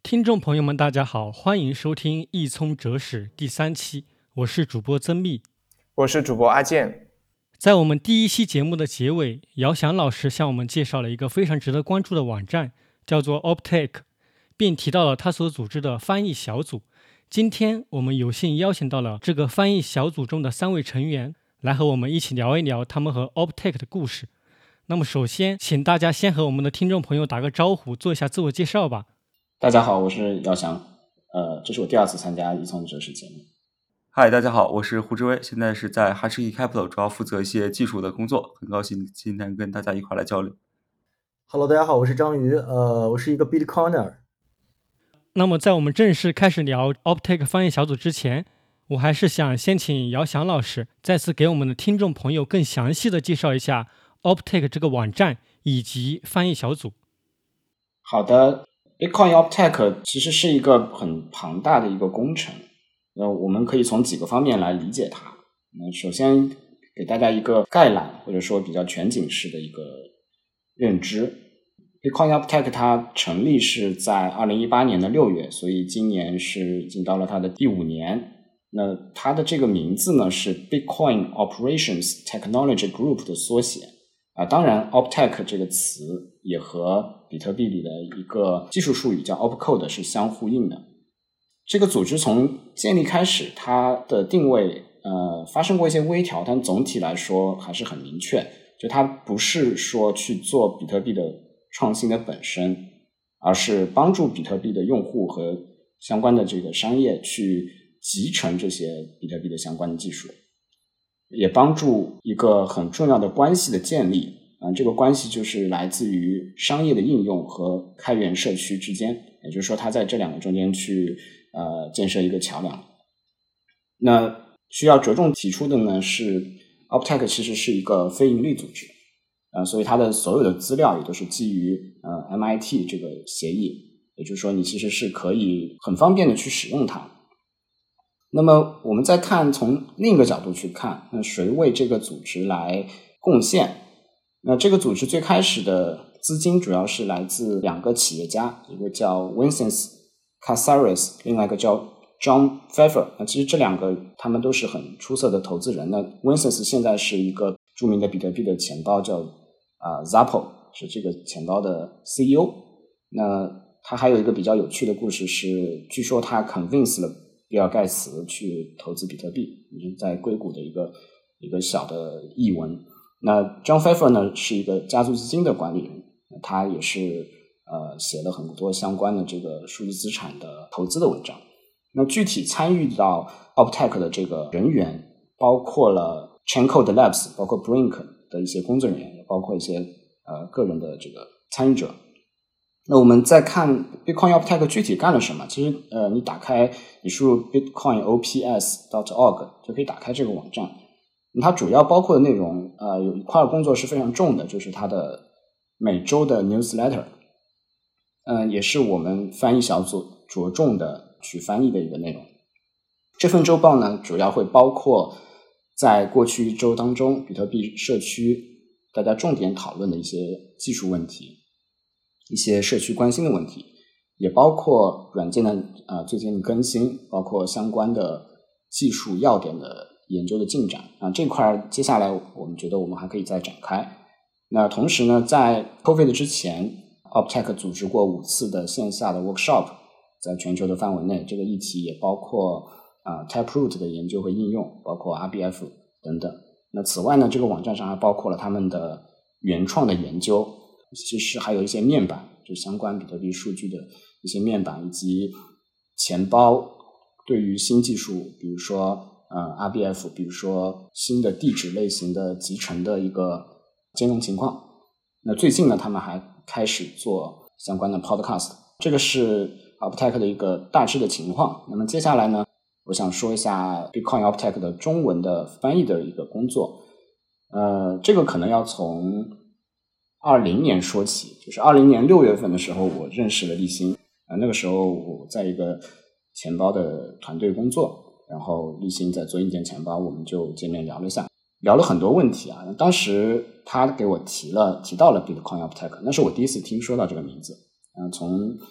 听众朋友们大家好，欢迎收听一聪哲史第3期，我是主播曾密， 我是主播阿健。 在我们第1期节目的结尾，姚翔老师向我们介绍了一个非常值得关注的网站，叫做 Optech， 并提到了他所组织的翻译小组。今天我们有幸邀请到了这个翻译小组中的3位成员，来和我们一起聊一聊他们和 Optech 的故事。那么首先请大家先和我们的听众朋友打个招呼，做一下自我介绍吧。 大家好，我是姚翔，这是我第2次参加一聪哲史节目。 嗨，大家好，我是胡志威，现在是在 HashiKey Capital 主要负责一些技术的工作，很高兴今天跟大家一块来交流。 Hello， 大家好，我是张瑜，我是一个 Bitcoiner。 那么在我们正式开始聊 Optech 翻译小组之前，我还是想先请姚翔老师再次给我们的听众朋友更详细的介绍一下 Optech 这个网站以及翻译小组。 好的， Bitcoin Optech 其实是一个很庞大的一个工程，我们可以从几个方面来理解它。首先给大家一个概览，或者说比较全景式的一个认知。Bitcoin Optech 它成立是在2018年的6月，所以今年是已经到了它的第5年。那它的这个名字呢是 Bitcoin Operations Technology Group 的缩写。当然 Optech 这个词也和比特币里的一个技术术语叫 Opcode 是相呼应的。这个组织从建立开始，它的定位发生过一些微调，但总体来说还是很明确，就它不是说去做比特币的创新的本身，而是帮助比特币的用户和相关的这个商业去集成这些比特币的相关的技术，也帮助一个很重要的关系的建立。这个关系就是来自于商业的应用和开源社区之间，也就是说它在这2个中间去建设一个桥梁。那需要着重提出的呢是 Optech 其实是一个非盈利组织，所以它的所有的资料也都是基于MIT 这个协议，也就是说你其实是可以很方便的去使用它。那么我们再看从另一个角度去看，那谁为这个组织来贡献？那这个组织最开始的资金主要是来自2个企业家，一个叫 Vincent Casares， 另外一个叫 John Pfeffer。那其实这2个他们都是很出色的投资人。那 Vincent 现在是一个著名的比特币的钱包叫Zappo， 是这个钱包的 CEO。那他还有一个比较有趣的故事是，据说他 convince 了比尔盖茨去投资比特币，在硅谷的一个小的译文。那 John Pfeffer 呢是一个家族基金的管理人，他也是写了很多相关的这个数字资产的投资的文章。那具体参与到 Optech 的这个人员包括了 Chaincode Labs， 包括 Brink 的一些工作人员，也包括一些个人的这个参与者。那我们再看 Bitcoin Optech 具体干了什么，其实你打开你输入 bitcoinops.org 就可以打开这个网站。它主要包括的内容有一块工作是非常重的，就是它的每周的 newsletter， 也是我们翻译小组着重的去翻译的一个内容。这份周报呢主要会包括在过去1周当中比特币社区大家重点讨论的一些技术问题，一些社区关心的问题，也包括软件的最近的更新，包括相关的技术要点的研究的进展这块接下来我们觉得我们还可以再展开。那同时呢，在 COVID 之前 Optech 组织过5次的线下的 workshop， 在全球的范围内，这个议题也包括Taproot 的研究和应用，包括 RBF 等等。那此外呢，这个网站上还包括了他们的原创的研究，其实还有一些面板，就相关比特币数据的一些面板，以及钱包对于新技术，比如说RBF， 比如说新的地址类型的集成的一个兼容情况。那最近呢，他们还开始做相关的 podcast， 这个是 Optech 的一个大致的情况。那么接下来呢，我想说一下 Bitcoin Optech 的中文的翻译的一个工作。这个可能要从20年说起，就是20年6月份的时候，我认识了立新。那个时候我在一个钱包的团队工作，然后立新在做硬件钱包，我们就见面聊了一下，聊了很多问题啊。当时他给我提到了 Bitcoin Optech， 那是我第一次听说到这个名字。从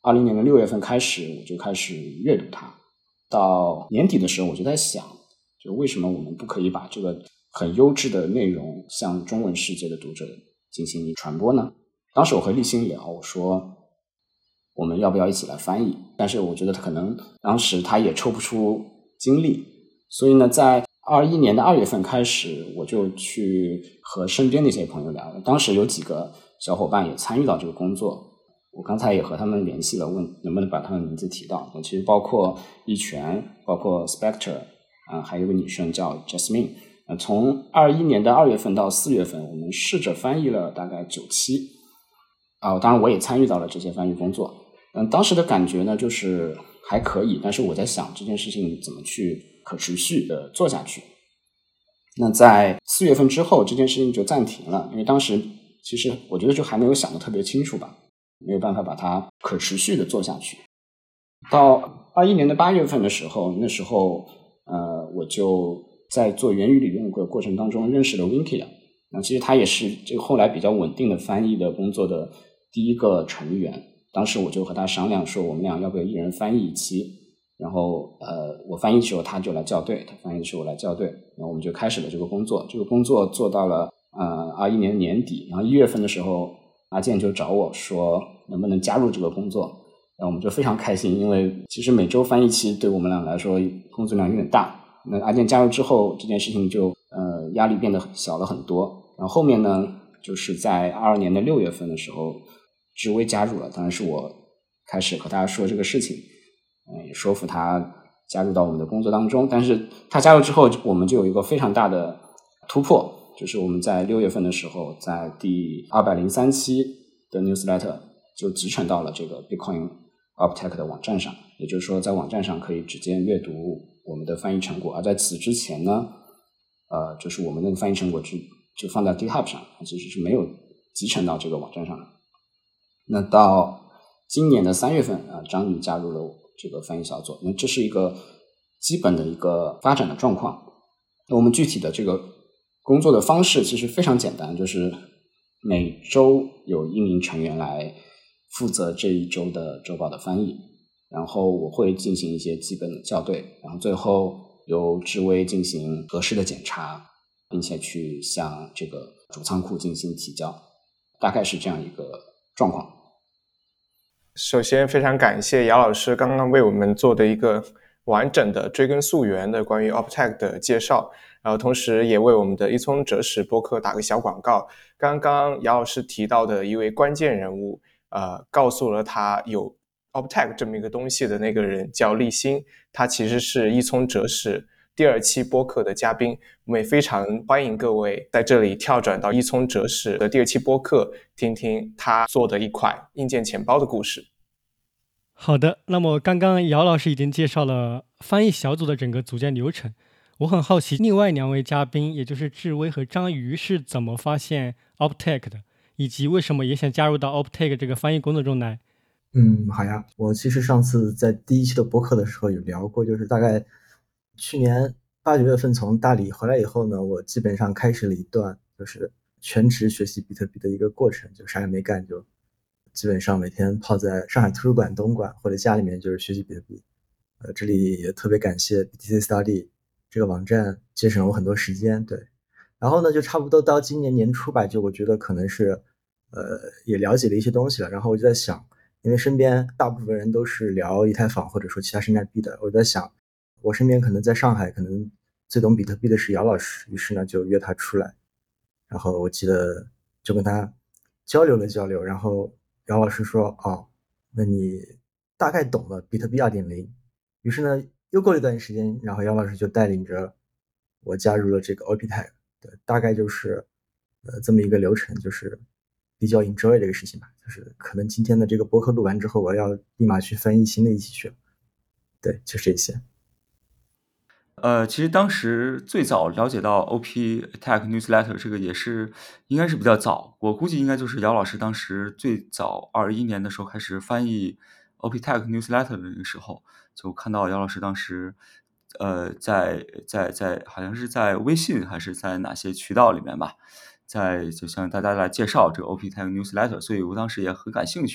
20年的6月份开始，我就开始阅读它。到年底的时候，我就在想，就为什么我们不可以把这个很优质的内容向中文世界的读者进行传播呢？当时我和立新聊，我说我们要不要一起来翻译？但是我觉得可能当时他也抽不出精力，所以呢，在21年的2月份开始，我就去和身边的一些朋友聊。当时有几个小伙伴也参与到这个工作，我刚才也和他们联系了，问能不能把他们名字提到。其实包括一拳，包括 Spectre，还有一个女生叫 Jasmine。从21年的2月份到4月份，我们试着翻译了大概9期。当然我也参与到了这些翻译工作。当时的感觉呢，就是还可以，但是我在想这件事情怎么去可持续的做下去。那在4月份之后，这件事情就暂停了，因为当时其实我觉得就还没有想得特别清楚吧，没有办法把它可持续的做下去。到21年的8月份的时候，那时候我就在做元语理论的过程当中认识了 Winky。那其实他也是这个后来比较稳定的翻译的工作的第一个成员。当时我就和他商量说，我们俩要不要一人翻译一期，然后我翻译的时候他就来校对，他翻译的时候我来校对，然后我们就开始了这个工作。这个工作做到了21年年底，然后1月份的时候，阿健就找我说能不能加入这个工作，然后我们就非常开心，因为其实每周翻译期对我们俩来说工作量有点大。那阿健加入之后，这件事情就压力变得小了很多。然后后面呢，就是在22年的6月份的时候，志威加入了，当然是我开始和他说这个事情，也说服他加入到我们的工作当中。但是他加入之后，我们就有一个非常大的突破，就是我们在6月份的时候，在第203期的 newsletter 就集成到了这个 Bitcoin Optech 的网站上，也就是说在网站上可以直接阅读我们的翻译成果。而在此之前呢，就是我们那个翻译成果就放在 GitHub 上，其实是没有集成到这个网站上的。那到今年的3月份张宇加入了这个翻译小组。那这是一个基本的一个发展的状况。那我们具体的这个工作的方式其实非常简单，就是每周有1名成员来负责这一周的周报的翻译，然后我会进行一些基本的校对，然后最后由志威进行核实的检查，并且去向这个主仓库进行提交，大概是这样一个状况。 首先非常感谢姚老师刚刚为我们做的一个完整的追根溯源的关于 Optech 的介绍，然后同时也为我们的一聪哲识播客打个小广告。刚刚姚老师提到的一位关键人物告诉了他有 Optech 这么一个东西的那个人叫立新，他其实是一聪哲识第2期播客的嘉宾。我们也非常欢迎各位在这里跳转到一聪哲识的第2期播客，听听他做的一款硬件钱包的故事。 好的，那么刚刚姚老师已经介绍了翻译小组的整个组建流程，我很好奇另外2位嘉宾，也就是志威和张瑜是怎么发现 Optech 的，以及为什么也想加入到 Optech 这个翻译工作中来。 好呀，我其实上次在第1期的播客的时候有聊过，就是大概去年8、9月份从大理回来以后呢，我基本上开始了一段就是全职学习比特币的一个过程，就啥也没干，就基本上每天泡在上海图书馆东馆或者家里面就是学习比特币。这里也特别感谢 BTC Study 这个网站节省了我很多时间。对，然后呢就差不多到今年年初吧，就我觉得可能是也了解了一些东西了，然后我就在想，因为身边大部分人都是聊以太坊或者说其他生态币的，我在想我身边可能在上海可能最懂比特币的是姚老师，于是呢就约他出来，然后我记得就跟他交流了交流，然后姚老师说那你大概懂了比特币 2.0， 于是呢又过了一段时间，然后姚老师就带领着我加入了这个 Optech。 对，大概就是这么一个流程，就是比较 enjoy 这个事情吧，就是可能今天的这个播客录完之后，我要立马去翻译新的一期去了。对，就这些。 其实当时最早了解到 Optech Newsletter 这个也是应该是比较早，我估计应该就是姚老师当时最早21年的时候开始翻译 Optech Newsletter 的那个时候，就看到姚老师当时在好像是在微信还是在哪些渠道里面吧，就向大家来介绍这个 Optech Newsletter， 所以我当时也很感兴趣。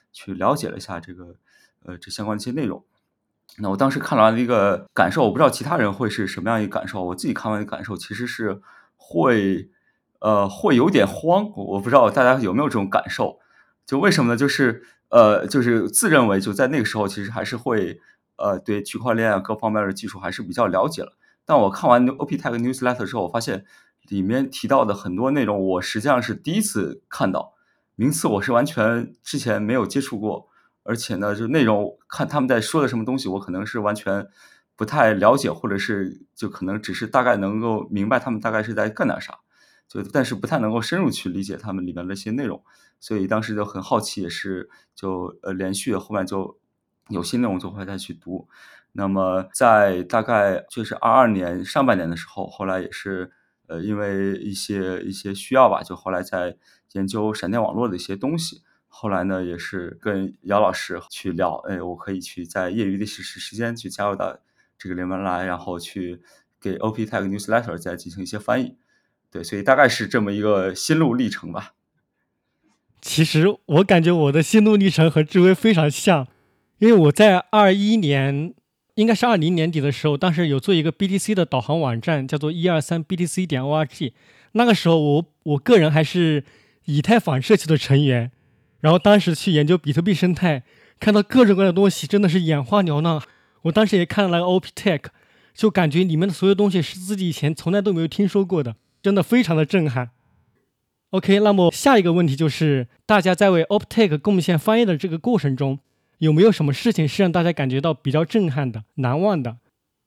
去了解了一下这个这相关的一些内容。那我当时看完的一个感受，我不知道其他人会是什么样一个感受，我自己看完的感受其实是会有点慌，我不知道大家有没有这种感受。就为什么呢？就是自认为就在那个时候其实还是会对区块链各方面的技术还是比较了解了。但我看完 OP-TECH Newsletter 之后，我发现里面提到的很多内容我实际上是第一次看到，名词我是完全之前没有接触过，而且呢就内容看他们在说的什么东西我可能是完全不太了解，或者是就可能只是大概能够明白他们大概是在干点啥，但是不太能够深入去理解他们里面的一些内容，所以当时就很好奇，也是就连续后面就有新内容就会再去读。那么在大概就是22年上半年的时候，后来也是因为一些需要吧，就后来在研究闪电网络的一些东西。后来呢，也是跟姚老师去聊，我可以去在业余的时间去加入到这个联盟来，然后去给 OP-TECH Newsletter 再进行一些翻译。对，所以大概是这么一个心路历程吧。 其实我感觉我的心路历程和志威非常像，因为我在21年，应该是20年底的时候，当时有做一个 BTC 的导航网站，叫做123BTC.org。那个时候我个人还是以太坊社区的成员，然后当时去研究比特币生态，看到各种各样的东西，真的是眼花缭乱。我当时也看了那个 OP-TECH， 就感觉里面的所有东西是自己以前从来都没有听说过的，真的非常的震撼。OK， 那么下一个问题就是，大家在为 OP-TECH 贡献翻译的这个过程中，有没有什么事情是让大家感觉到比较震撼的、难忘的？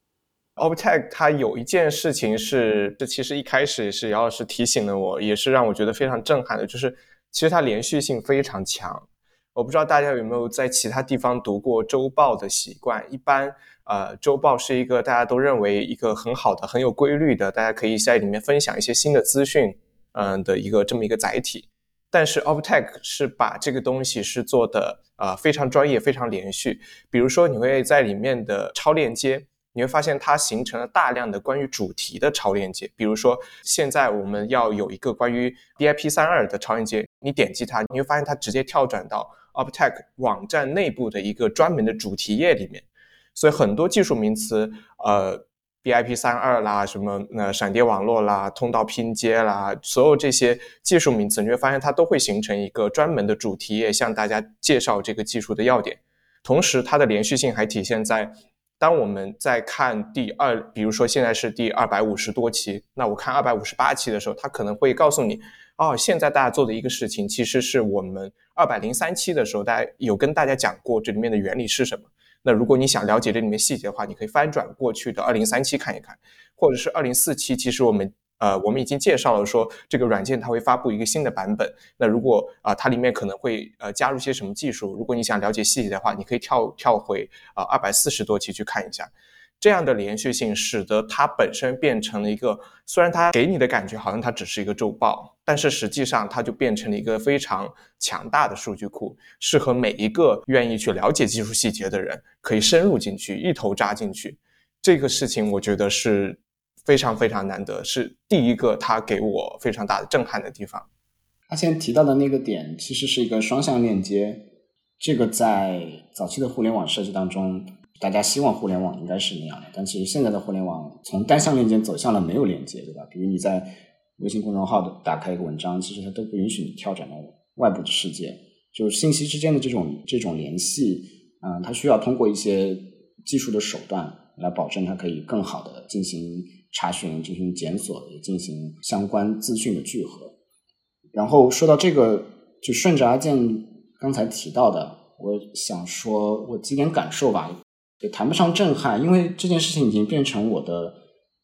OP-TECH 它有一件事情是，这其实一开始也是姚老师提醒了我，也是让我觉得非常震撼的，就是其实它连续性非常强。我不知道大家有没有在其他地方读过周报的习惯，一般周报是一个大家都认为一个很好的、很有规律的，大家可以在里面分享一些新的资讯的这么一个载体。但是 OP-TECH 是把这个东西是做的非常专业、非常连续。比如说你会在里面的超链接，你会发现它形成了大量的关于主题的超链接。比如说现在我们要有一个关于 BIP32 的超链接，你点击它，你会发现它直接跳转到 OP-TECH 网站内部的一个专门的主题页里面。所以很多技术名词BIP32 啦，什么闪电网络啦，通道拼接啦，所有这些技术名词，你会发现它都会形成一个专门的主题页，向大家介绍这个技术的要点。同时它的连续性还体现在，当我们在看比如说现在是第250多期，那我看258期的时候，它可能会告诉你现在大家做的一个事情其实是我们203期的时候大家有跟大家讲过这里面的原理是什么。那如果你想了解这里面细节的话，你可以翻转过去的203期看一看，或者是204期，其实我们已经介绍了说这个软件它会发布一个新的版本。那如果它里面可能会加入些什么技术，如果你想了解细节的话，你可以跳回240多期去看一下。这样的连续性使得它本身变成了一个，虽然它给你的感觉好像它只是一个周报，但是实际上它就变成了一个非常强大的数据库，适合每一个愿意去了解技术细节的人可以深入进去，一头扎进去。这个事情我觉得是非常非常难得，是第一个它给我非常大的震撼的地方。 他现在提到的那个点其实是一个双向链接，这个在早期的互联网设计当中大家希望互联网应该是那样的，但其实现在的互联网从单向链接走向了没有链接，对吧？比如你在微信公众号打开一个文章，其实它都不允许你跳转到外部的世界，就是信息之间的这种联系它需要通过一些技术的手段来保证它可以更好的进行查询、进行检索，也进行相关资讯的聚合。然后说到这个，就顺着阿健刚才提到的，我想说我几点感受吧，也谈不上震撼，因为这件事情已经变成我的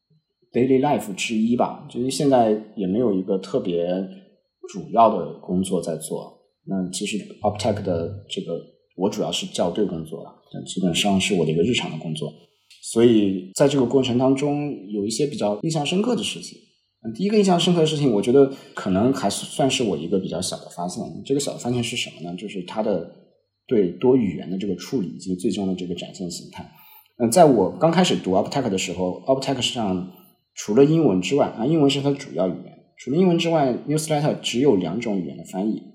daily life 之一吧，就是现在也没有一个特别主要的工作在做。那其实 OP-TECH 的这个我主要是校对工作，但基本上是我的一个日常的工作，所以在这个过程当中有一些比较印象深刻的事情。第一个印象深刻的事情，我觉得可能还算是我一个比较小的发现。这个小的发现是什么呢？就是它的对多语言的这个处理以及最终的这个展现形态。在我刚开始读 OP-TECH 的时候， OP-TECH 上除了英文之外英文是它的主要语言，除了英文之外 Newsletter 只有2种语言的翻译，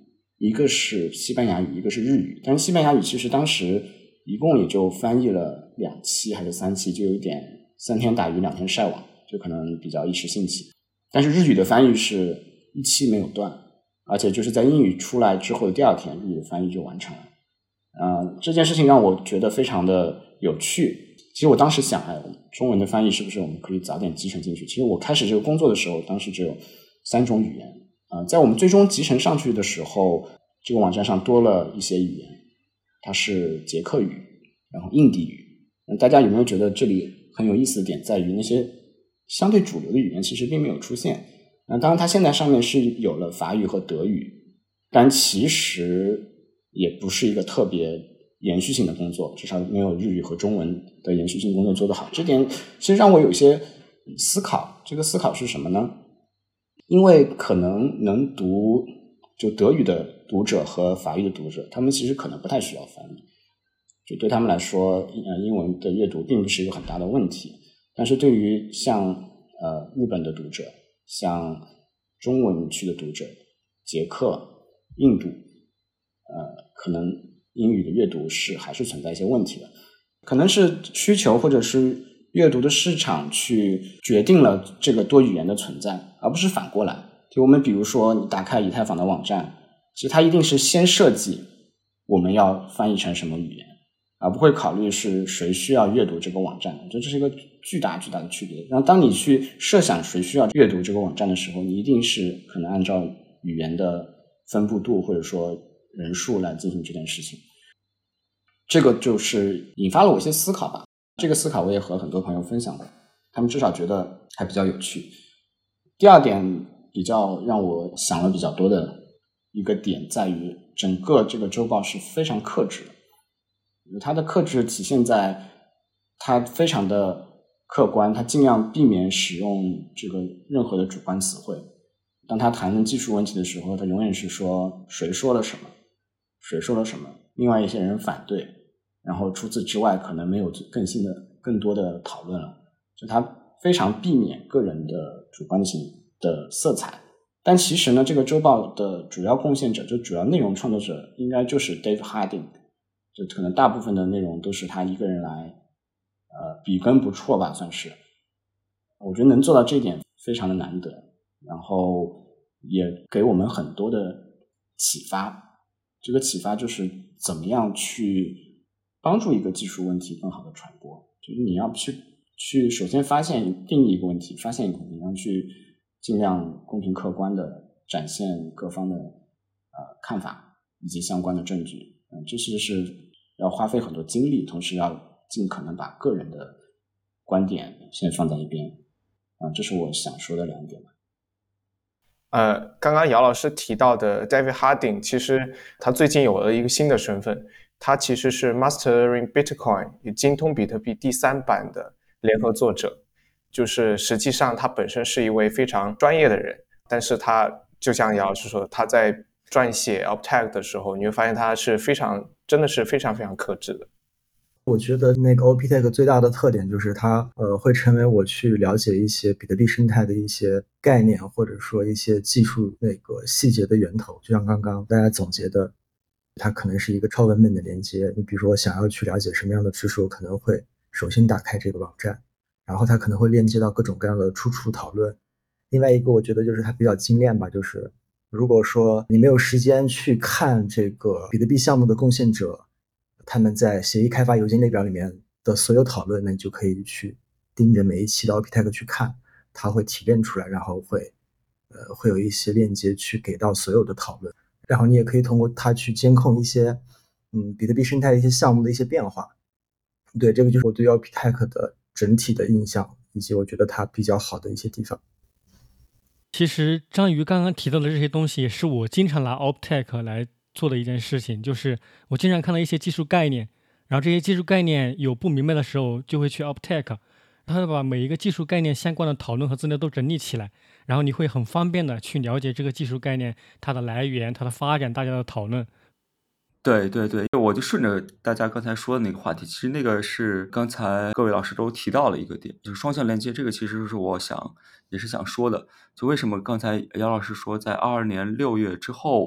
一个是西班牙语，一个是日语。但是西班牙语其实当时一共也就翻译了2期还是3期，就有点3天打鱼2天晒网，就可能比较一时兴起。但是日语的翻译是1期没有断，而且就是在英语出来之后的第2天，日语的翻译就完成了。这件事情让我觉得非常的有趣。其实我当时想，中文的翻译是不是我们可以早点集成进去？其实我开始这个工作的时候，当时只有3种语言。在我们最终集成上去的时候，这个网站上多了一些语言，它是捷克语，然后印地语。大家有没有觉得这里很有意思的点在于，那些相对主流的语言其实并没有出现。当然它现在上面是有了法语和德语，但其实也不是一个特别延续性的工作，至少没有日语和中文的延续性工作做得好。这点其实让我有一些思考。这个思考是什么呢？因为可能能读就德语的读者和法语的读者，他们其实可能不太需要翻译，就对他们来说英文的阅读并不是一个很大的问题。但是对于像日本的读者，像中文区的读者，捷克、印度可能英语的阅读还是存在一些问题的，可能是需求或者是阅读的市场去决定了这个多语言的存在，而不是反过来。就我们比如说你打开以太坊的网站，其实它一定是先设计我们要翻译成什么语言，而不会考虑是谁需要阅读这个网站。我觉得这是一个巨大巨大的区别。然后当你去设想谁需要阅读这个网站的时候，你一定是可能按照语言的分布度或者说人数来进行这件事情。这个就是引发了我一些思考吧。这个思考我也和很多朋友分享过，他们至少觉得还比较有趣。第2点比较让我想了比较多的一个点在于，整个这个周报是非常克制的。它的克制体现在它非常的客观，它尽量避免使用这个任何的主观词汇。当他谈论技术问题的时候，他永远是说谁说了什么，谁说了什么，另外一些人反对，然后除此之外可能没有更多的讨论了。就他非常避免个人的主观性的色彩。但其实呢，这个周报的主要贡献者，就主要内容创作者应该就是 Dave Harding， 就可能大部分的内容都是他一个人来笔耕不辍吧，算是。我觉得能做到这一点非常的难得，然后也给我们很多的启发。这个启发就是怎么样去帮助一个技术问题更好的传播，就是你要去首先定义一个问题，发现一个问题，然后去尽量公平客观的展现各方的看法以及相关的证据。这其实是要花费很多精力，同时要尽可能把个人的观点先放在一边。这是我想说的2点吧。 刚刚姚老师提到的 David Harding， 其实他最近有了一个新的身份，他其实是 Mastering Bitcoin 也精通比特币第3版的联合作者。就是实际上他本身是一位非常专业的人，但是他就像姚老师说的，他在撰写 Optag 的时候，你会发现他是真的是非常非常克制的。 我觉得那个 OPTech 最大的特点就是它会成为我去了解一些比特币生态的一些概念，或者说一些技术那个细节的源头。就像刚刚大家总结的，它可能是一个超文本的连接。你比如说我想要去了解什么样的知识，我可能会首先打开这个网站，然后它可能会链接到各种各样的出处讨论。另外一个我觉得就是它比较精炼吧，就是如果说你没有时间去看这个比特币项目的贡献者他们在协议开发邮件列表里面的所有讨论，那你就可以去盯着每一期的 OPTech 去看，它会提炼出来，然后会有一些链接去给到所有的讨论，然后你也可以通过它去监控一些比特币生态的一些项目的一些变化。对，这个就是我对 OPTech 的整体的印象，以及我觉得它比较好的一些地方。 其实章鱼刚刚提到的这些东西，也是我经常拿 OPTech 来做的一件事情，就是我经常看到一些技术概念，然后这些技术概念有不明白的时候，就会去 OPTech， 它会把每一个技术概念相关的讨论和资料都整理起来，然后你会很方便的去了解这个技术概念它的来源、它的发展、大家的讨论。 对对对，我就顺着大家刚才说的那个话题，其实那个是刚才各位老师都提到了一个点，就是双向连接，这个其实是我也是想说的。就为什么刚才姚老师说在22年6月之后，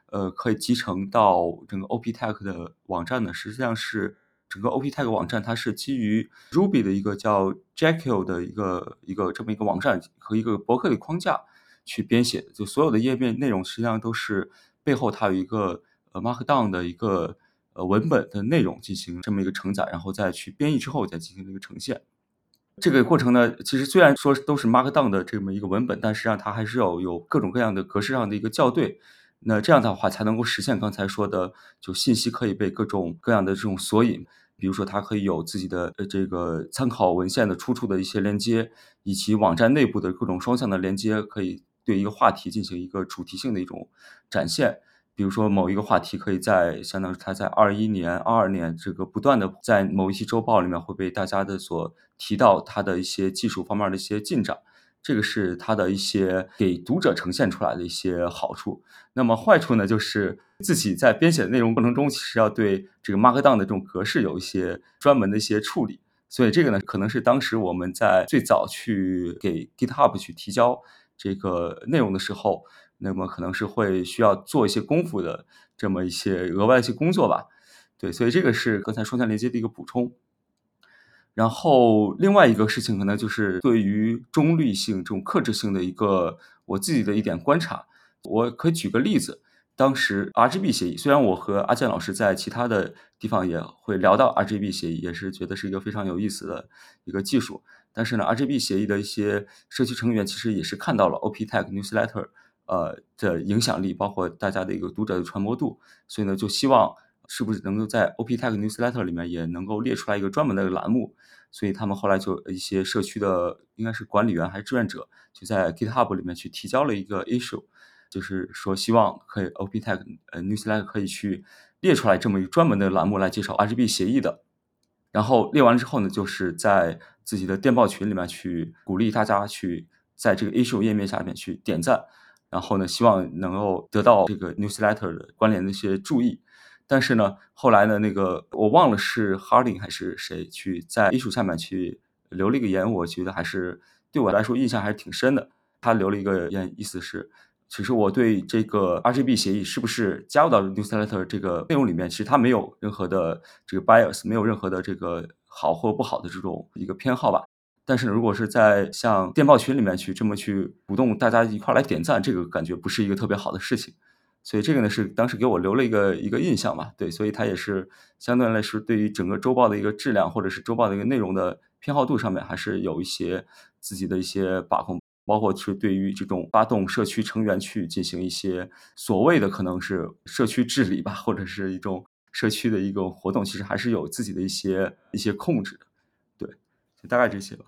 可以集成到整个 OP-TAG 的网站呢，实际上是整个 OP-TAG 网站它是基于 Ruby 的一个叫 Jekyll 的一个这么一个网站和一个博客的框架去编写的，就所有的页面内容实际上都是背后它有一个Markdown 的一个文本的内容进行这么一个承载，然后再去编译之后再进行一个呈现。这个过程呢，其实虽然说都是 Markdown 的这么一个文本，但实际上它还是有各种各样的格式上的一个校对。那这样的话才能够实现刚才说的，就信息可以被各种各样的这种索引，比如说它可以有自己的这个参考文献的出处的一些连接，以及网站内部的各种双向的连接，可以对一个话题进行一个主题性的一种展现。比如说某一个话题可以在相当于它在21年、22年这个不断的在某一期周报里面会被大家的所提到它的一些技术方面的一些进展，这个是它的一些给读者呈现出来的一些好处。那么坏处呢，就是自己在编写的内容过程中，其实要对这个 Markdown 的这种格式有一些专门的一些处理。所以这个呢，可能是当时我们在最早去给 GitHub 去提交这个内容的时候，那么可能是会需要做一些功夫的这么一些额外的一些工作吧。对，所以这个是刚才双向连接的一个补充。然后另外一个事情可能就是对于中立性这种克制性的一个我自己的一点观察。我可以举个例子，当时 RGB 协议，虽然我和阿健老师在其他的地方也会聊到 RGB 协议，也是觉得是一个非常有意思的一个技术，但是呢 RGB 协议的一些社区成员其实也是看到了 OP-TAG Newsletter 的影响力，包括大家的一个读者的传播度，所以呢就希望是不是能够在 OP-TAG Newsletter 里面也能够列出来一个专门的栏目。所以他们后来就一些社区的应该是管理员还是志愿者，就在 GitHub 里面去提交了一个 issue， 就是说希望可以 OP-TAG Newsletter 可以去列出来这么一个专门的栏目来介绍 RGB 协议的。然后列完了之后呢，就是在自己的电报群里面去鼓励大家去在这个 issue 页面下面去点赞，然后呢希望能够得到这个 newsletter 的关联的一些注意。但是呢，后来呢，那个我忘了是 Harding 还是谁去在issue下面去留了一个言，我觉得还是对我来说印象还是挺深的。他留了一个言，意思是其实我对这个 RGB 协议是不是加入到 newsletter 这个内容里面，其实它没有任何的这个 bias， 没有任何的这个好或不好的这种一个偏好吧。但是如果是在像电报群里面去这么去鼓动大家一块来点赞，这个感觉不是一个特别好的事情。所以这个呢是当时给我留了一个印象吧。对，所以它也是相对来说对于整个周报的一个质量或者是周报的一个内容的偏好度上面还是有一些自己的一些把控，包括是对于这种发动社区成员去进行一些所谓的可能是社区治理吧，或者是一种社区的一个活动，其实还是有自己的一些控制的。对，就大概这些吧。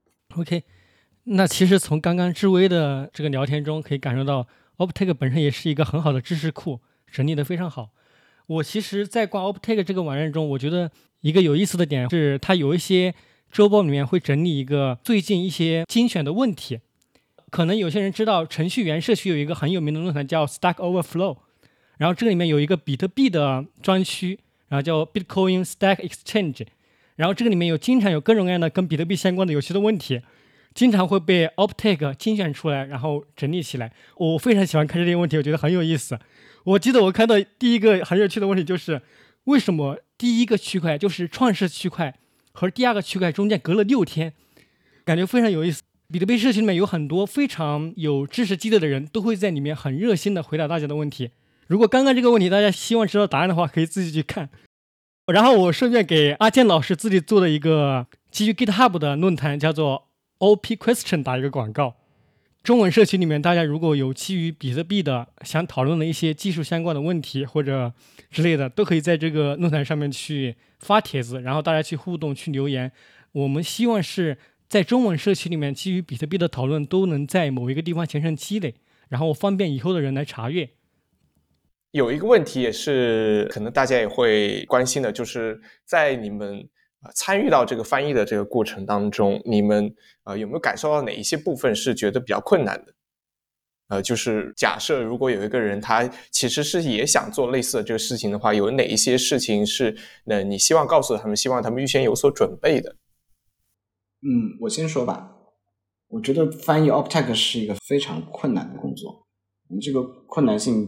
OK， 那其实从刚刚志威的这个聊天中可以感受到，OP-TAG 本身也是一个很好的知识库，整理的非常好。我其实在逛 OP-TAG 这个网站中，我觉得一个有意思的点是，它有一些周报里面会整理一个最近一些精选的问题。可能有些人知道，程序员社区有一个很有名的论坛叫 Stack Overflow， 然后这个里面有一个比特币的专区，然后叫 Bitcoin Stack Exchange， 然后这个里面经常有各种各样的跟比特币相关的有趣的问题，经常会被 OP-TAG 精选出来，然后整理起来。我非常喜欢看这些问题，我觉得很有意思。我记得我看到第一个很有趣的问题就是，为什么第一个区块就是创世区块和第二个区块中间隔了6天，感觉非常有意思。比特币社区里面有很多非常有知识积累的人，都会在里面很热心的回答大家的问题。如果刚刚这个问题大家希望知道答案的话，可以自己去看。然后我顺便给阿健老师自己做的一个基于 GitHub 的论坛，叫做 OP Question 打一个广告。中文社区里面，大家如果有基于比特币的想讨论的一些技术相关的问题或者之类的，都可以在这个论坛上面去发帖子，然后大家去互动去留言。我们希望是在中文社区里面基于比特币的讨论都能在某一个地方形成积累，然后方便以后的人来查阅。 有一个问题也是可能大家也会关心的，就是在你们参与到这个翻译的这个过程当中，你们有没有感受到哪一些部分是觉得比较困难的？就是假设如果有一个人他其实是也想做类似的这个事情的话，有哪一些事情是你希望告诉他们，希望他们预先有所准备的？ 我先说吧。我觉得翻译 OP-TAG 是一个非常困难的工作。这个困难性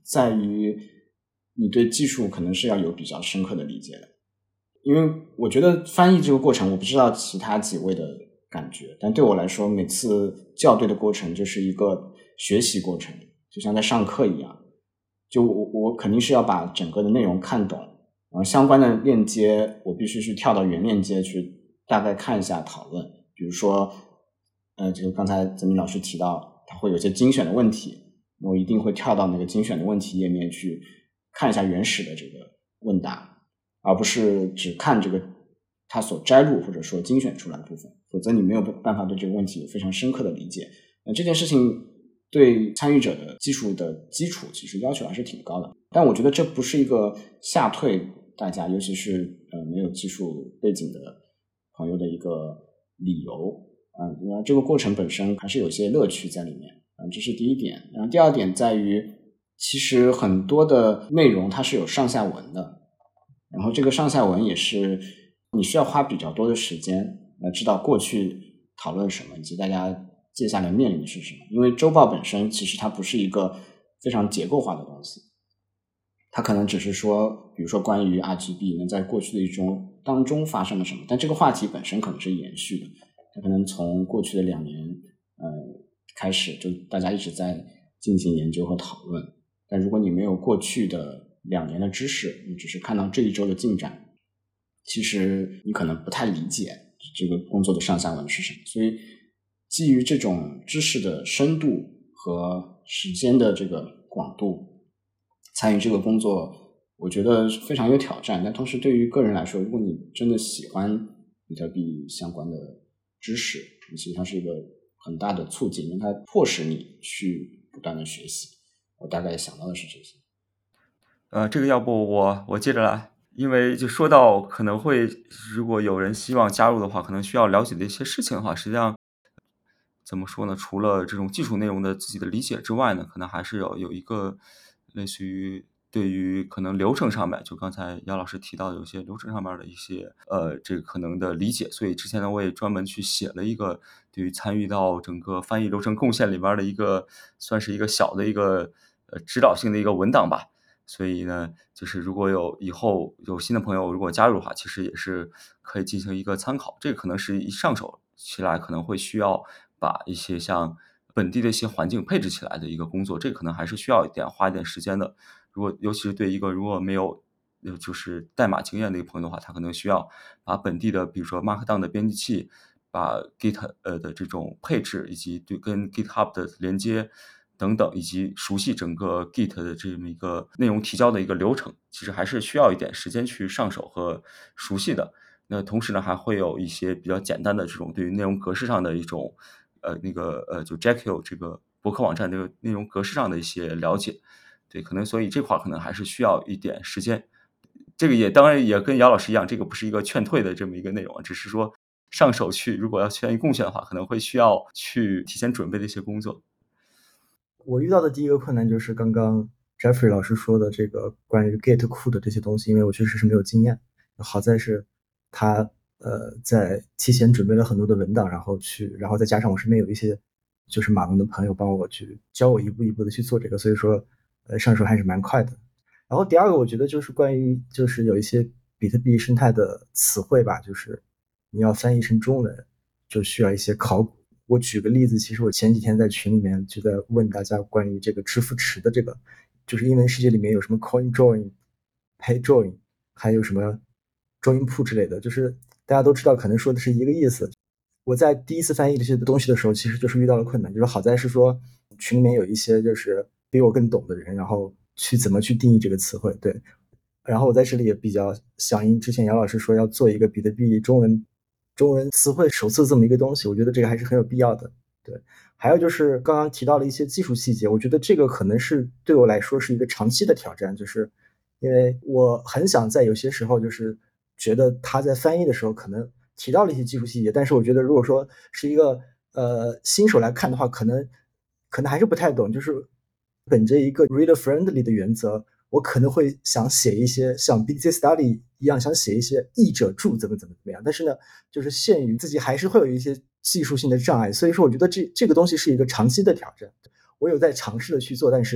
在于你对技术可能是要有比较深刻的理解的。因为我觉得翻译这个过程，我不知道其他几位的感觉，但对我来说，每次校对的过程就是一个学习过程，就像在上课一样。就我肯定是要把整个的内容看懂，然后相关的链接我必须去跳到原链接去大概看一下讨论。比如说就刚才泽明老师提到它会有些精选的问题，我一定会跳到那个精选的问题页面去看一下原始的这个问答，而不是只看这个它所摘录或者说精选出来的部分，否则你没有办法对这个问题有非常深刻的理解。这件事情对参与者的技术的基础其实要求还是挺高的，但我觉得这不是一个吓退大家，尤其是没有技术背景的朋友的一个理由。这个过程本身还是有些乐趣在里面，这是第一点。然后第二点在于，其实很多的内容它是有上下文的，然后这个上下文也是你需要花比较多的时间来知道过去讨论什么，以及大家接下来面临的是什么。因为周报本身其实它不是一个非常结构化的东西，它可能只是说，比如说关于 RGB 能在过去的一周当中发生了什么，但这个话题本身可能是延续的，它可能从过去的2年开始就大家一直在进行研究和讨论，但如果你没有过去的2年的知识，你只是看到这一周的进展，其实你可能不太理解这个工作的上下文是什么。所以基于这种知识的深度和时间的这个广度，参与这个工作我觉得非常有挑战，但同时对于个人来说，如果你真的喜欢比特币相关的知识，其实它是一个很大的促进，因为它迫使你去不断的学习。我大概想到的是这些。 这个要不我接着来，因为就说到可能会如果有人希望加入的话，可能需要了解的一些事情的话，实际上怎么说呢？除了这种技术内容的自己的理解之外呢，可能还是有一个类似于对于可能流程上面，就刚才姚老师提到有些流程上面的一些这个可能的理解。所以之前呢，我也专门去写了一个对于参与到整个翻译流程贡献里面的一个算是一个小的一个指导性的一个文档吧。所以呢，就是如果以后有新的朋友如果加入的话，其实也是可以进行一个参考。这个可能是一上手起来可能会需要把一些像本地的一些环境配置起来的一个工作，这个可能还是需要花一点时间的。尤其是对一个如果没有就是代码经验的一个朋友的话，他可能需要把本地的比如说 Markdown 的编辑器，把 Git 的这种配置，以及对跟 GitHub 的连接等等，以及熟悉整个 Git 的这么一个内容提交的一个流程，其实还是需要一点时间去上手和熟悉的。那同时呢，还会有一些比较简单的这种对于内容格式上的一种就 Jekyll 这个博客网站这个内容格式上的一些了解。对，可能所以这块可能还是需要一点时间。这个当然也跟姚老师一样，这个不是一个劝退的这么一个内容，只是说上手去如果要参与贡献的话，可能会需要去提前准备的一些工作。 我遇到的第一个困难就是刚刚 Jeffrey 老师说的这个关于 Git 库的这些东西，因为我确实是没有经验。好在是他在提前准备了很多的文档，然后再加上我身边有一些就是码农的朋友帮我去教我一步一步的去做这个，所以说上手还是蛮快的。然后第二个我觉得就是关于就是有一些比特币生态的词汇吧，就是你要翻译成中文就需要一些考古。我举个例子，其实我前几天在群里面就在问大家关于这个支付池的这个，就是英文世界里面有什么 coin join、pay join， 还有什么 join pool 之类的，就是大家都知道可能说的是一个意思。我在第一次翻译这些东西的时候，其实就是遇到了困难，就是好在是说群里面有一些就是比我更懂的人，然后去怎么去定义这个词汇。对，然后我在这里也比较响应之前姚老师说要做一个比特币中文词汇手册这么一个东西，我觉得这个还是很有必要的。对，还有就是刚刚提到了一些技术细节，我觉得这个可能是对我来说是一个长期的挑战，就是因为我很想在有些时候就是觉得他在翻译的时候可能提到了一些技术细节，但是我觉得如果说是一个新手来看的话，可能还是不太懂，就是本着一个 reader friendly 的原则，我可能会想写一些像 BTC Study 一样，想写一些译者注怎么样，但是呢，就是限于自己还是会有一些技术性的障碍，所以说我觉得这个东西是一个长期的挑战。我有在尝试的去做，但是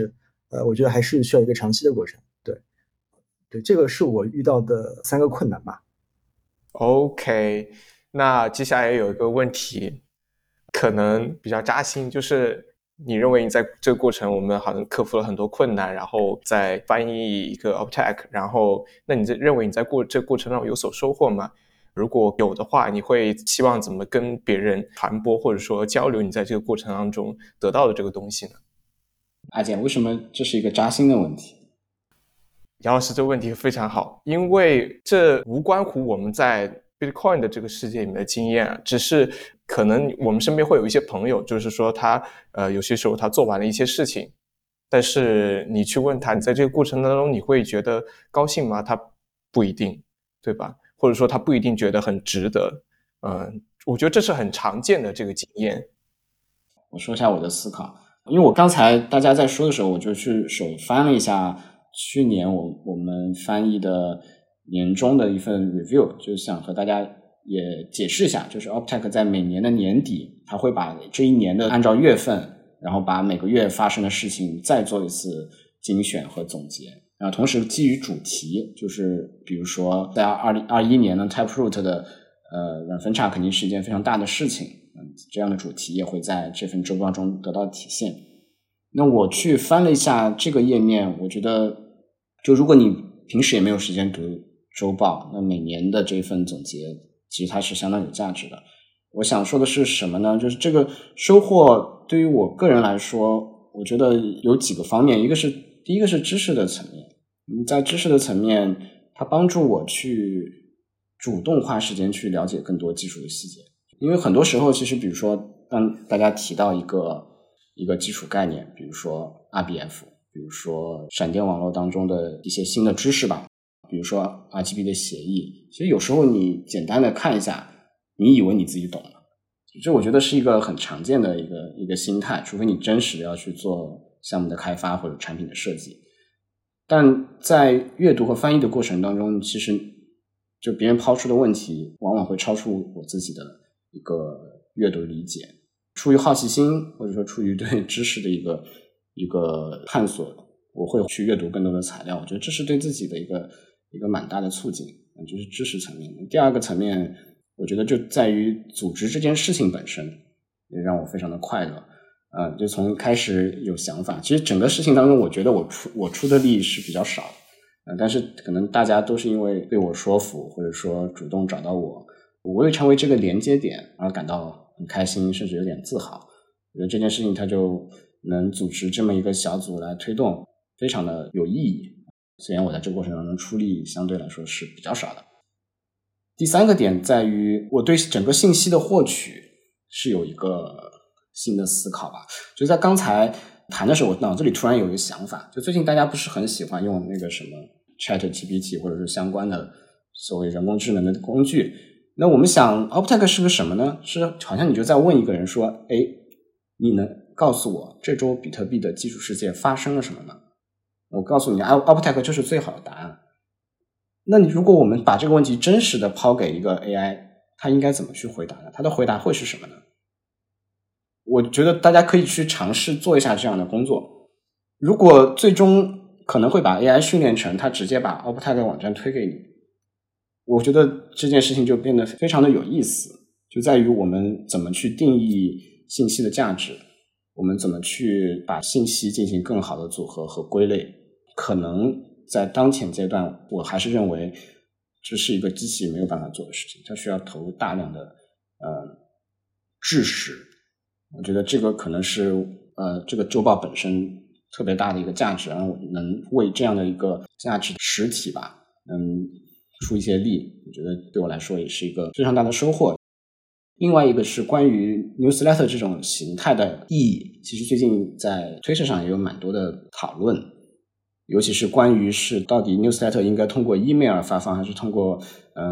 我觉得还是需要一个长期的过程。对，这个是我遇到的3个困难吧。 OK， 那接下来有一个问题，可能比较扎心，就是你认为你在这个过程，我们好像克服了很多困难，然后再翻译一个 Optech， 然后那你认为你在这个过程中有所收获吗？如果有的话，你会期望怎么跟别人传播或者说交流你在这个过程当中得到的这个东西呢？ 阿健，为什么这是一个扎心的问题？ 杨老师，这个问题非常好，因为这无关乎我们在 Bitcoin 的这个世界里面的经验，只是可能我们身边会有一些朋友，就是说他有些时候他做完了一些事情，但是你去问他，你在这个过程当中你会觉得高兴吗？他不一定，对吧？或者说他不一定觉得很值得。我觉得这是很常见的这个经验。 我说一下我的思考，因为我刚才大家在说的时候，我就去手翻了一下去年我们翻译的年终的一份 review， 就想和大家也解释一下，就是 Optech 在每年的年底，它会把这一年的按照月份，然后把每个月发生的事情再做一次精选和总结，然后同时基于主题，就是比如说在2021年呢 Taproot 的软分叉肯定是一件非常大的事情，这样的主题也会在这份周报中得到体现。那我去翻了一下这个页面，我觉得就如果你平时也没有时间读周报，那每年的这份总结其实它是相当有价值的。我想说的是什么呢？就是这个收获对于我个人来说，我觉得有几个方面，第一个是知识的层面，在知识的层面，它帮助我去主动花时间去了解更多技术的细节。因为很多时候其实比如说当大家提到一个基础概念，比如说 RBF， 比如说闪电网络当中的一些新的知识吧，比如说 RGB 的协议，其实有时候你简单的看一下，你以为你自己懂了，这我觉得是一个很常见的一个心态，除非你真实的要去做项目的开发或者产品的设计。但在阅读和翻译的过程当中，其实就别人抛出的问题往往会超出我自己的一个阅读理解，出于好奇心或者说出于对知识的一个探索，我会去阅读更多的材料，我觉得这是对自己的一个蛮大的促进，就是知识层面。第二个层面我觉得就在于组织这件事情本身也让我非常的快乐。就从开始有想法，其实整个事情当中我觉得我出的力是比较少的，但是可能大家都是因为被我说服或者说主动找到我会成为这个连接点而感到很开心，甚至有点自豪。我觉得这件事情它就能组织这么一个小组来推动，非常的有意义，虽然我在这个过程当中出力相对来说是比较少的。第三个点在于我对整个信息的获取是有一个新的思考吧。就在刚才谈的时候，我脑子里突然有一个想法，就最近大家不是很喜欢用那个什么 ChatGPT 或者是相关的所谓人工智能的工具，那我们想 Optech 是个什么呢？是好像你就在问一个人说，你能告诉我这周比特币的基础世界发生了什么吗？我告诉你 Optech 就是最好的答案。那你如果我们把这个问题真实的抛给一个 AI， 它应该怎么去回答呢？它的回答会是什么呢？我觉得大家可以去尝试做一下这样的工作。如果最终可能会把 AI 训练成它直接把 Optech 网站推给你，我觉得这件事情就变得非常的有意思，就在于我们怎么去定义信息的价值，我们怎么去把信息进行更好的组合和归类。可能在当前阶段我还是认为这是一个机器没有办法做的事情，它需要投入大量的知识。我觉得这个可能是这个周报本身特别大的一个价值，然后能为这样的一个价值实体吧出一些力，我觉得对我来说也是一个非常大的收获。另外一个是关于 newsletter 这种形态的意义，其实最近在推特上也有蛮多的讨论，尤其是关于是到底 newsletter 应该通过 email 发放还是通过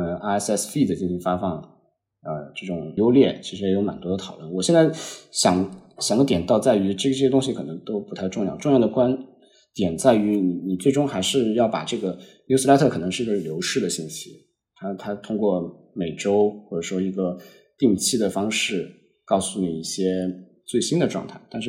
RSS feed 进行发放，这种优劣其实也有蛮多的讨论。我现在想的点倒在于这些东西可能都不太重要，重要的观点在于你最终还是要把这个 newsletter 可能是一个流式的信息，它通过每周或者说一个定期的方式告诉你一些最新的状态，但是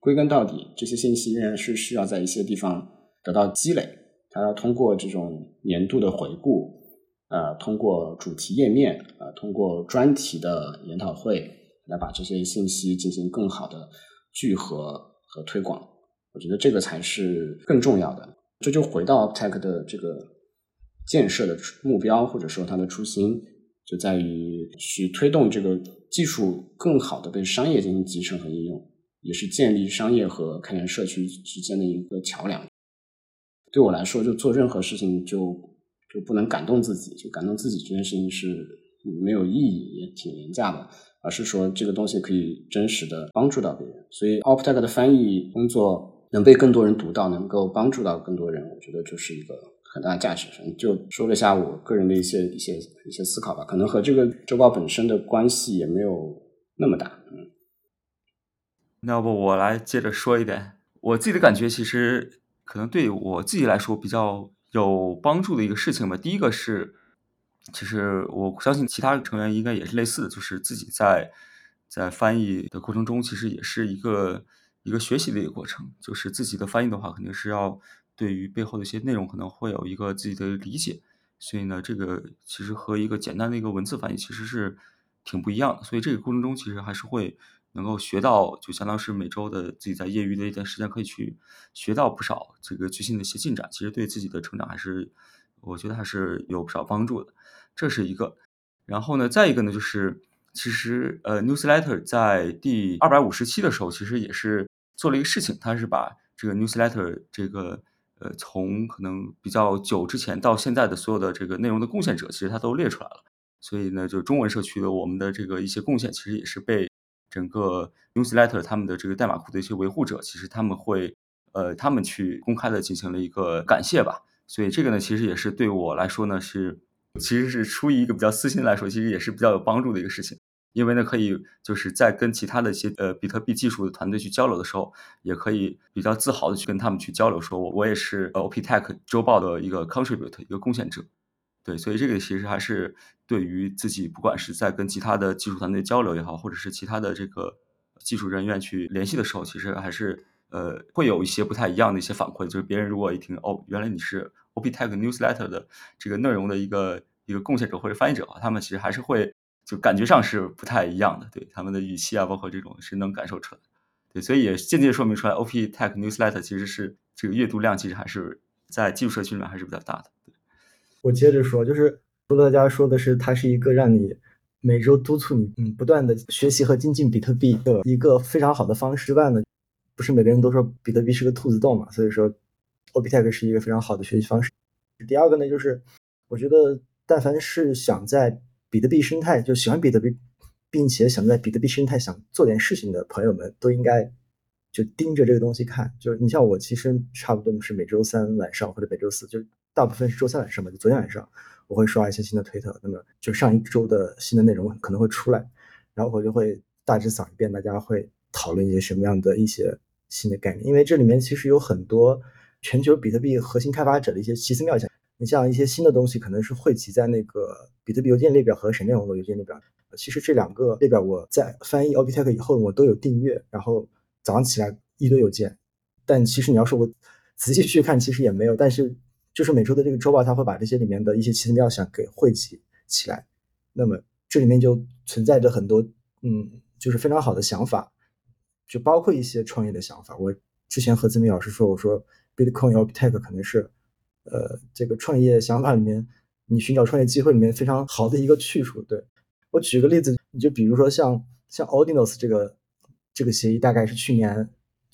归根到底，这些信息仍然是需要在一些地方得到积累，它要通过这种年度的回顾，通过主题页面，通过专题的研讨会来把这些信息进行更好的聚合和推广。我觉得这个才是更重要的。这就回到 OpTech 的这个建设的目标，或者说它的初心，就在于去推动这个技术更好的被商业进行集成和应用，也是建立商业和开源社区之间的一个桥梁。对我来说，就做任何事情就不能感动自己，就感动自己这件事情是没有意义，也挺廉价的，而是说这个东西可以真实的帮助到别人。所以 OpTech 的翻译工作能被更多人读到，能够帮助到更多人，我觉得就是一个很大的价值。就说了一下我个人的一些思考吧，可能和这个周报本身的关系也没有那么大。 那要不我来接着说一点，我自己的感觉其实可能对我自己来说比较有帮助的一个事情吧。第一个是，其实我相信其他成员应该也是类似的，就是自己在翻译的过程中，其实也是一个学习的一个过程。就是自己的翻译的话，肯定是要对于背后的一些内容可能会有一个自己的理解，所以呢，这个其实和一个简单的一个文字翻译其实是挺不一样的。所以这个过程中其实还是会能够学到，就相当是每周的自己在业余的一段时间可以去学到不少这个最新的一些进展，其实对自己的成长还是我觉得还是有不少帮助的，这是一个。然后呢，再一个呢，就是其实newsletter 在第250期的时候，其实也是做了一个事情，它是把这个 newsletter 这个从可能比较久之前到现在的所有的这个内容的贡献者，其实它都列出来了。所以呢，就中文社区的我们的这个一些贡献，其实也是被整个 newsletter 他们的这个代码库的一些维护者，其实他们会他们去公开的进行了一个感谢吧。所以这个呢，其实也是对我来说呢，其实是出于一个比较私心来说，其实也是比较有帮助的一个事情。因为呢，可以就是在跟其他的一些比特币技术的团队去交流的时候，也可以比较自豪的去跟他们去交流，说我也是OP-Tech 周报的一个 contributor 一个贡献者。对，所以这个其实还是对于自己不管是在跟其他的技术团队交流也好，或者是其他的这个技术人员去联系的时候，其实还是会有一些不太一样的一些反馈。就是别人如果一听原来你是 OP-Tech newsletter 的这个内容的一个贡献者或者翻译者，他们其实还是会就感觉上是不太一样的，对他们的语气啊，包括这种是能感受出来。对，所以也间接说明出来 OP-Tech newsletter 其实是这个阅读量其实还是在技术社区里面还是比较大的。对， 我接着说，就是除了大家说的是它是一个让你每周督促你不断的学习和精进比特币的一个非常好的方式之外呢，不是每个人都说比特币是个兔子洞嘛，所以说 OP-Tech 是一个非常好的学习方式。第二个呢，就是我觉得但凡是想在比特币生态就喜欢比特币，并且想在比特币生态想做点事情的朋友们，都应该就盯着这个东西看。就是你像我其实差不多是每周三晚上或者每周四，就大部分是周三晚上吧，就昨天晚上我会刷一些新的推特，那么就上一周的新的内容可能会出来，然后我就会大致扫一遍，大家会讨论一些什么样的一些新的概念。因为这里面其实有很多全球比特币核心开发者的一些奇思妙想，你像一些新的东西可能是汇集在那个比特币邮件列表和闪电网络邮件列表，其实这两个列表我在翻译 OP-Tech 以后我都有订阅，然后早上起来一堆邮件，但其实你要说我仔细去看其实也没有，但是就是每周的这个周报它会把这些里面的一些奇思妙想给汇集起来，那么这里面就存在着很多就是非常好的想法，就包括一些创业的想法。我之前和子明老师说，我说 Bitcoin OP-Tech 可能是这个创业想法里面你寻找创业机会里面非常好的一个去处。对，我举个例子，你就比如说像 Ordinals 这个协议大概是去年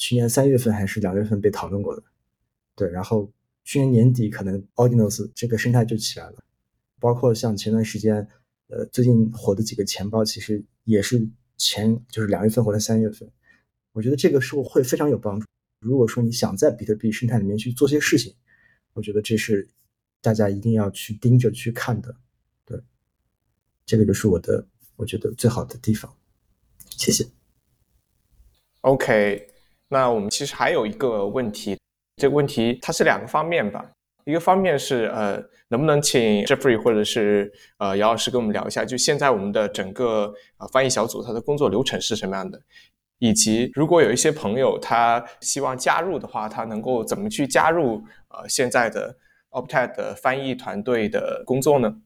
3月份还是2月份被讨论过的，对，然后去年年底可能 Ordinals 这个生态就起来了，包括像前段时间最近火的几个钱包其实也是就是2月份或者3月份，我觉得这个是会非常有帮助。如果说你想在比特币生态里面去做些事情，我觉得这是大家一定要去盯着去看的。对，这个就是我觉得最好的地方。谢谢。 OK， 那我们其实还有一个问题，这个问题它是两个方面吧。一个方面是能不能请 Jeffrey 或者是姚老师跟我们聊一下，就现在我们的整个翻译小组它的工作流程是什么样的？ 以及如果有一些朋友他希望加入的话，他能够怎么去加入现在的 Optech 的翻译团队的工作呢？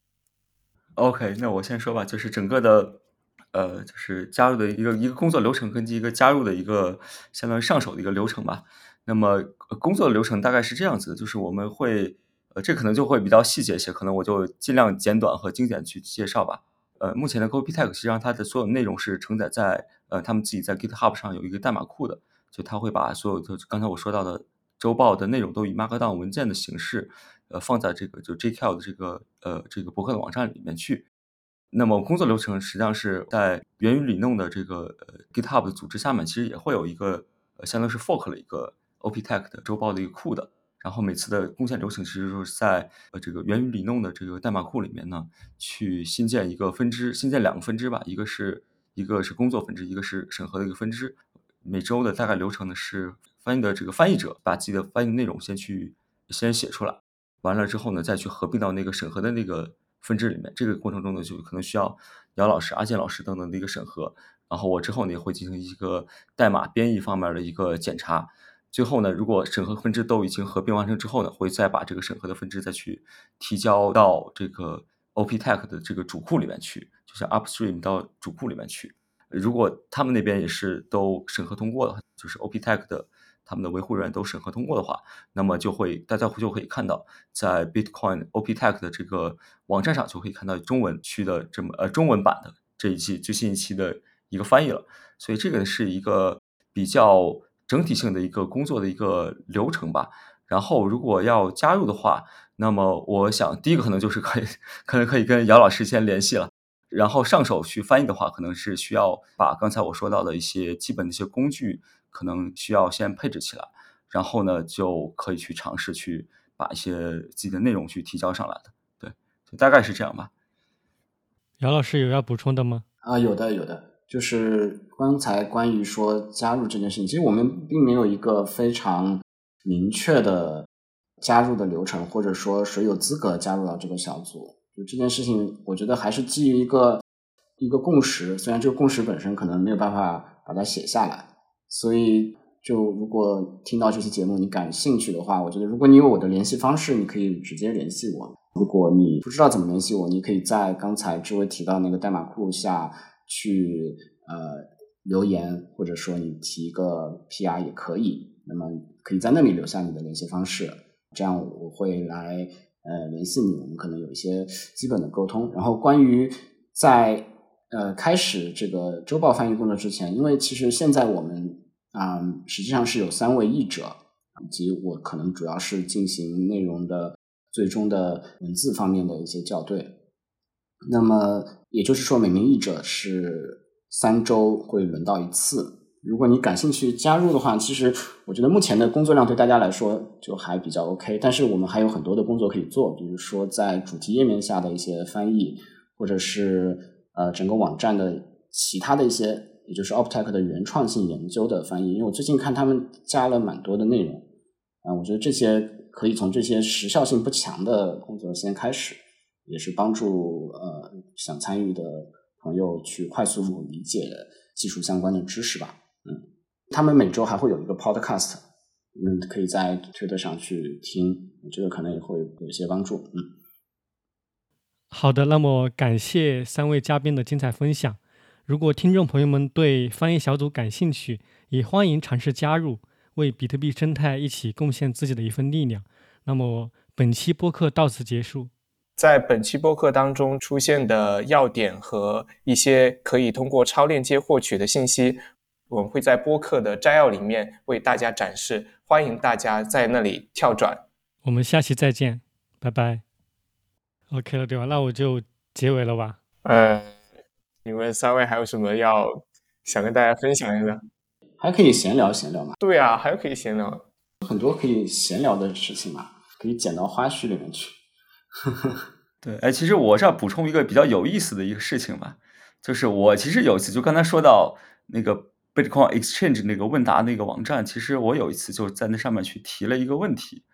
OK，那我先说吧，就是整个的就是加入的一个工作流程跟一个加入的一个相当于上手的一个流程吧。那么工作的流程大概是这样子的，就是我们会这可能就会比较细节一些，可能我就尽量简短和精简去介绍吧。目前的 OPTech 实际上它的所有内容是承载在他们自己在 GitHub 上有一个代码库的，就它会把所有的刚才我说到的周报的内容都以 Markdown 文件的形式放在这个就 JCal 的这个博客的网站里面去。那么工作流程实际上是在源于里弄的这个GitHub 的组织下面，其实也会有一个相当于是 fork 了一个 OPTech 的周报的一个库的。然后每次的贡献流程其实就是在这个源于里弄的这个代码库里面呢，去新建一个分支，新建2个分支吧，一个是工作分支，一个是审核的一个分支。每周的大概流程呢是翻译的这个翻译者把自己的翻译内容先写出来，完了之后呢再去合并到那个审核的那个分支里面。这个过程中呢就可能需要姚老师、阿健老师等等的一个审核，然后我之后呢也会进行一个代码编译方面的一个检查。最后呢，如果审核分支都已经合并完成之后呢，会再把这个审核的分支再去提交到这个 OPTech 的这个主库里面去，就像 upstream 到主库里面去。如果他们那边也是都审核通过的话，就是 OPTech 的他们的维护人员都审核通过的话，那么大家就可以看到，在 Bitcoin OPTech 的这个网站上就可以看到中文区的中文版的这一期最新一期的一个翻译了。所以这个是一个比较整体性的一个工作的一个流程吧。然后如果要加入的话，那么我想第一个可能就是可能可以跟姚老师先联系了。然后上手去翻译的话，可能是需要把刚才我说到的一些基本的一些工具，可能需要先配置起来，然后呢就可以去尝试去把一些自己的内容去提交上来的。对，就大概是这样吧。 姚老师有要补充的吗？ 有的，就是刚才关于说加入这件事情，其实我们并没有一个非常明确的加入的流程，或者说谁有资格加入到这个小组。就这件事情，我觉得还是基于一个共识，虽然这个共识本身可能没有办法把它写下来，所以就如果听到这期节目你感兴趣的话，我觉得如果你有我的联系方式，你可以直接联系我。如果你不知道怎么联系我，你可以在刚才志伟提到那个代码库下去留言，或者说你提一个 PR 也可以。那么可以在那里留下你的联系方式，这样我会来联系你，我们可能有一些基本的沟通。然后关于在开始这个周报翻译工作之前，因为其实现在我们实际上是有3位译者，以及我可能主要是进行内容的最终的文字方面的一些校对。那么也就是说每名译者是3周会轮到1次。如果你感兴趣加入的话，其实我觉得目前的工作量对大家来说就还比较 OK， 但是我们还有很多的工作可以做，比如说在主题页面下的一些翻译，或者是整个网站的其他的一些，也就是 Optech 的原创性研究的翻译。因为我最近看他们加了蛮多的内容我觉得这些可以从这些时效性不强的工作先开始，也是帮助想参与的朋友去快速理解技术相关的知识吧。他们每周还会有一个 podcast， 可以在推特上去听，我觉得可能也会有一些帮助。 好的，那么感谢3位嘉宾的精彩分享。如果听众朋友们对翻译小组感兴趣，也欢迎尝试加入，为比特币生态一起贡献自己的一份力量。那么本期播客到此结束。 在本期播客当中出现的要点和一些可以通过超链接获取的信息，我们会在播客的摘要里面为大家展示，欢迎大家在那里跳转。 我们下期再见，拜拜。OK 了对吧？那我就结尾了吧。 你们3位还有什么要想跟大家分享的？ 还可以闲聊嘛。 对啊，还可以闲聊， 很多可以闲聊的事情嘛，可以剪到花絮里面去。 对，其实我是要补充一个比较有意思的一个事情吧，就是我其实有一次就刚才说到那个 Bitcoin Exchange 那个问答那个网站，其实我有一次就在那上面去提了一个问题，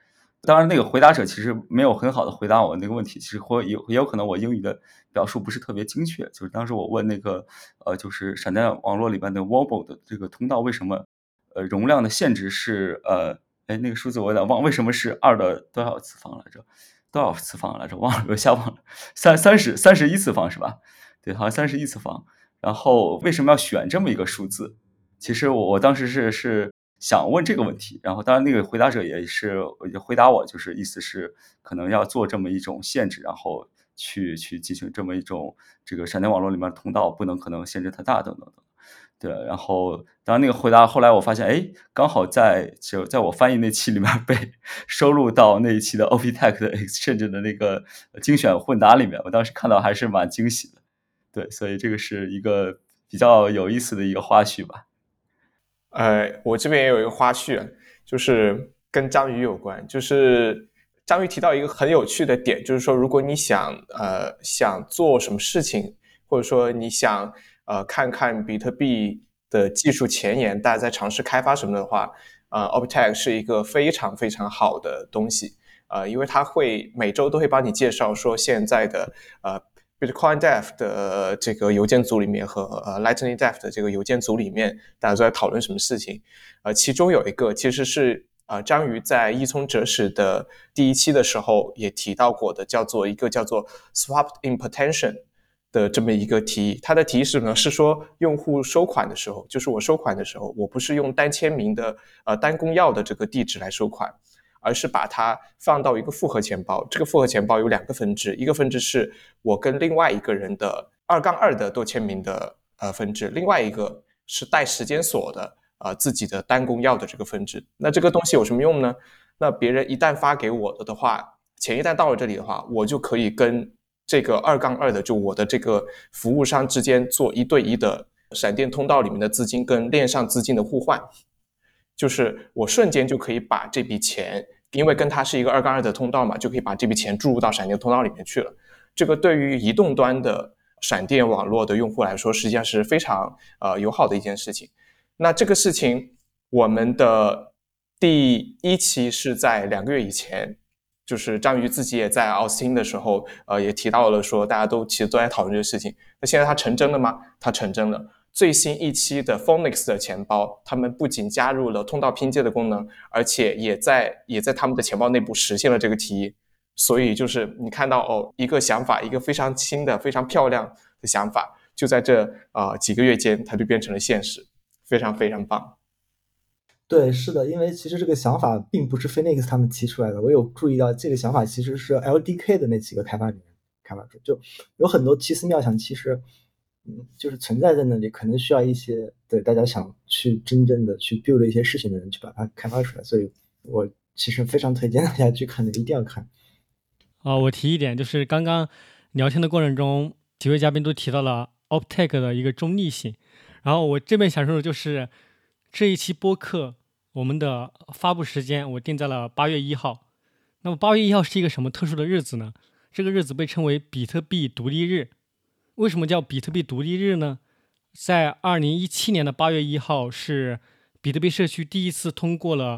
当然那个回答者其实没有很好的回答我那个问题，其实也有可能我英语的表述不是特别精确。就是当时我问那个就是闪电网络里边的 Wobble 的这个通道为什么容量的限制是那个数字我有点忘，为什么是2的多少次方来着？多少次方来着？忘了，我瞎忘了。31次方是吧？对，好像31次方。然后为什么要选这么一个数字？其实我当时是想问这个问题，然后当然那个回答者也回答我，就是意思是可能要做这么一种限制，然后去进行这么一种这个闪电网络里面的通道不能可能限制太大等等。对，然后当然那个回答后来我发现，刚好在我翻译那期里面被收录到那一期的 OP-TECH 的 Exchange 的那个精选混答里面，我当时看到还是蛮惊喜的。对，所以这个是一个比较有意思的一个花絮吧。 我这边也有一个花絮，就是跟章鱼有关。就是章鱼提到一个很有趣的点，就是说如果你想做什么事情，或者说你想看看比特币的技术前沿，大家在尝试开发什么的话，OP-TECH 是一个非常非常好的东西。因为它会每周都会帮你介绍说现在的Bitcoin Dev 的这个邮件组里面和Lightning Dev 的这个邮件组里面，大家都在讨论什么事情。其中有一个其实是章鱼在一聪哲史的第1期的时候也提到过的，叫做 Swapped Impotention 的这么一个提议。它的提议是呢，是说用户收款的时候，就是我收款的时候，我不是用单签名的单公钥的这个地址来收款，而是把它放到一个复合钱包。这个复合钱包有2个分支，一个分支是我跟另外一个人的2-2的多签名的分支，另外一个是带时间锁的自己的单公钥的这个分支。那这个东西有什么用呢？那别人一旦发给我的话，钱一旦到了这里的话，我就可以跟这个2-2的就我的这个服务商之间做1对1的闪电通道里面的资金跟链上资金的互换。就是我瞬间就可以把这笔钱，因为跟它是一个2-2的通道嘛，就可以把这笔钱注入到闪电通道里面去了。这个对于移动端的闪电网络的用户来说，实际上是非常友好的一件事情。那这个事情，我们的第1期是在2个月以前，就是章鱼自己也在奥斯汀的时候，也提到了说，大家都其实都在讨论这个事情。那现在它成真了吗？它成真了。最新1期的 Phoenix 的钱包，他们不仅加入了通道拼接的功能，而且也在他们的钱包内部实现了这个提议。所以就是你看到一个想法，一个非常新的、非常漂亮的想法，就在这几个月间，它就变成了现实，非常非常棒。 对，是的，因为其实这个想法并不是 Phoenix 他们提出来的，我有注意到这个想法其实是 LDK 的那几个开发人员开发出，就有很多奇思妙想，其实就是存在在那里，可能需要一些大家想去真正的去 build 一些事情的人去把它开发出来，所以我其实非常推荐大家去看的，一定要看。 我提一点，就是刚刚聊天的过程中，几位嘉宾都提到了 OP-TECH 的一个中立性，然后我这边想说的就是这一期播客我们的发布时间我定在了8月1号。那么8月1号是一个什么特殊的日子呢？这个日子被称为比特币独立日。为什么叫比特币独立日呢？在2017年的8月1号是比特币社区第一次通过了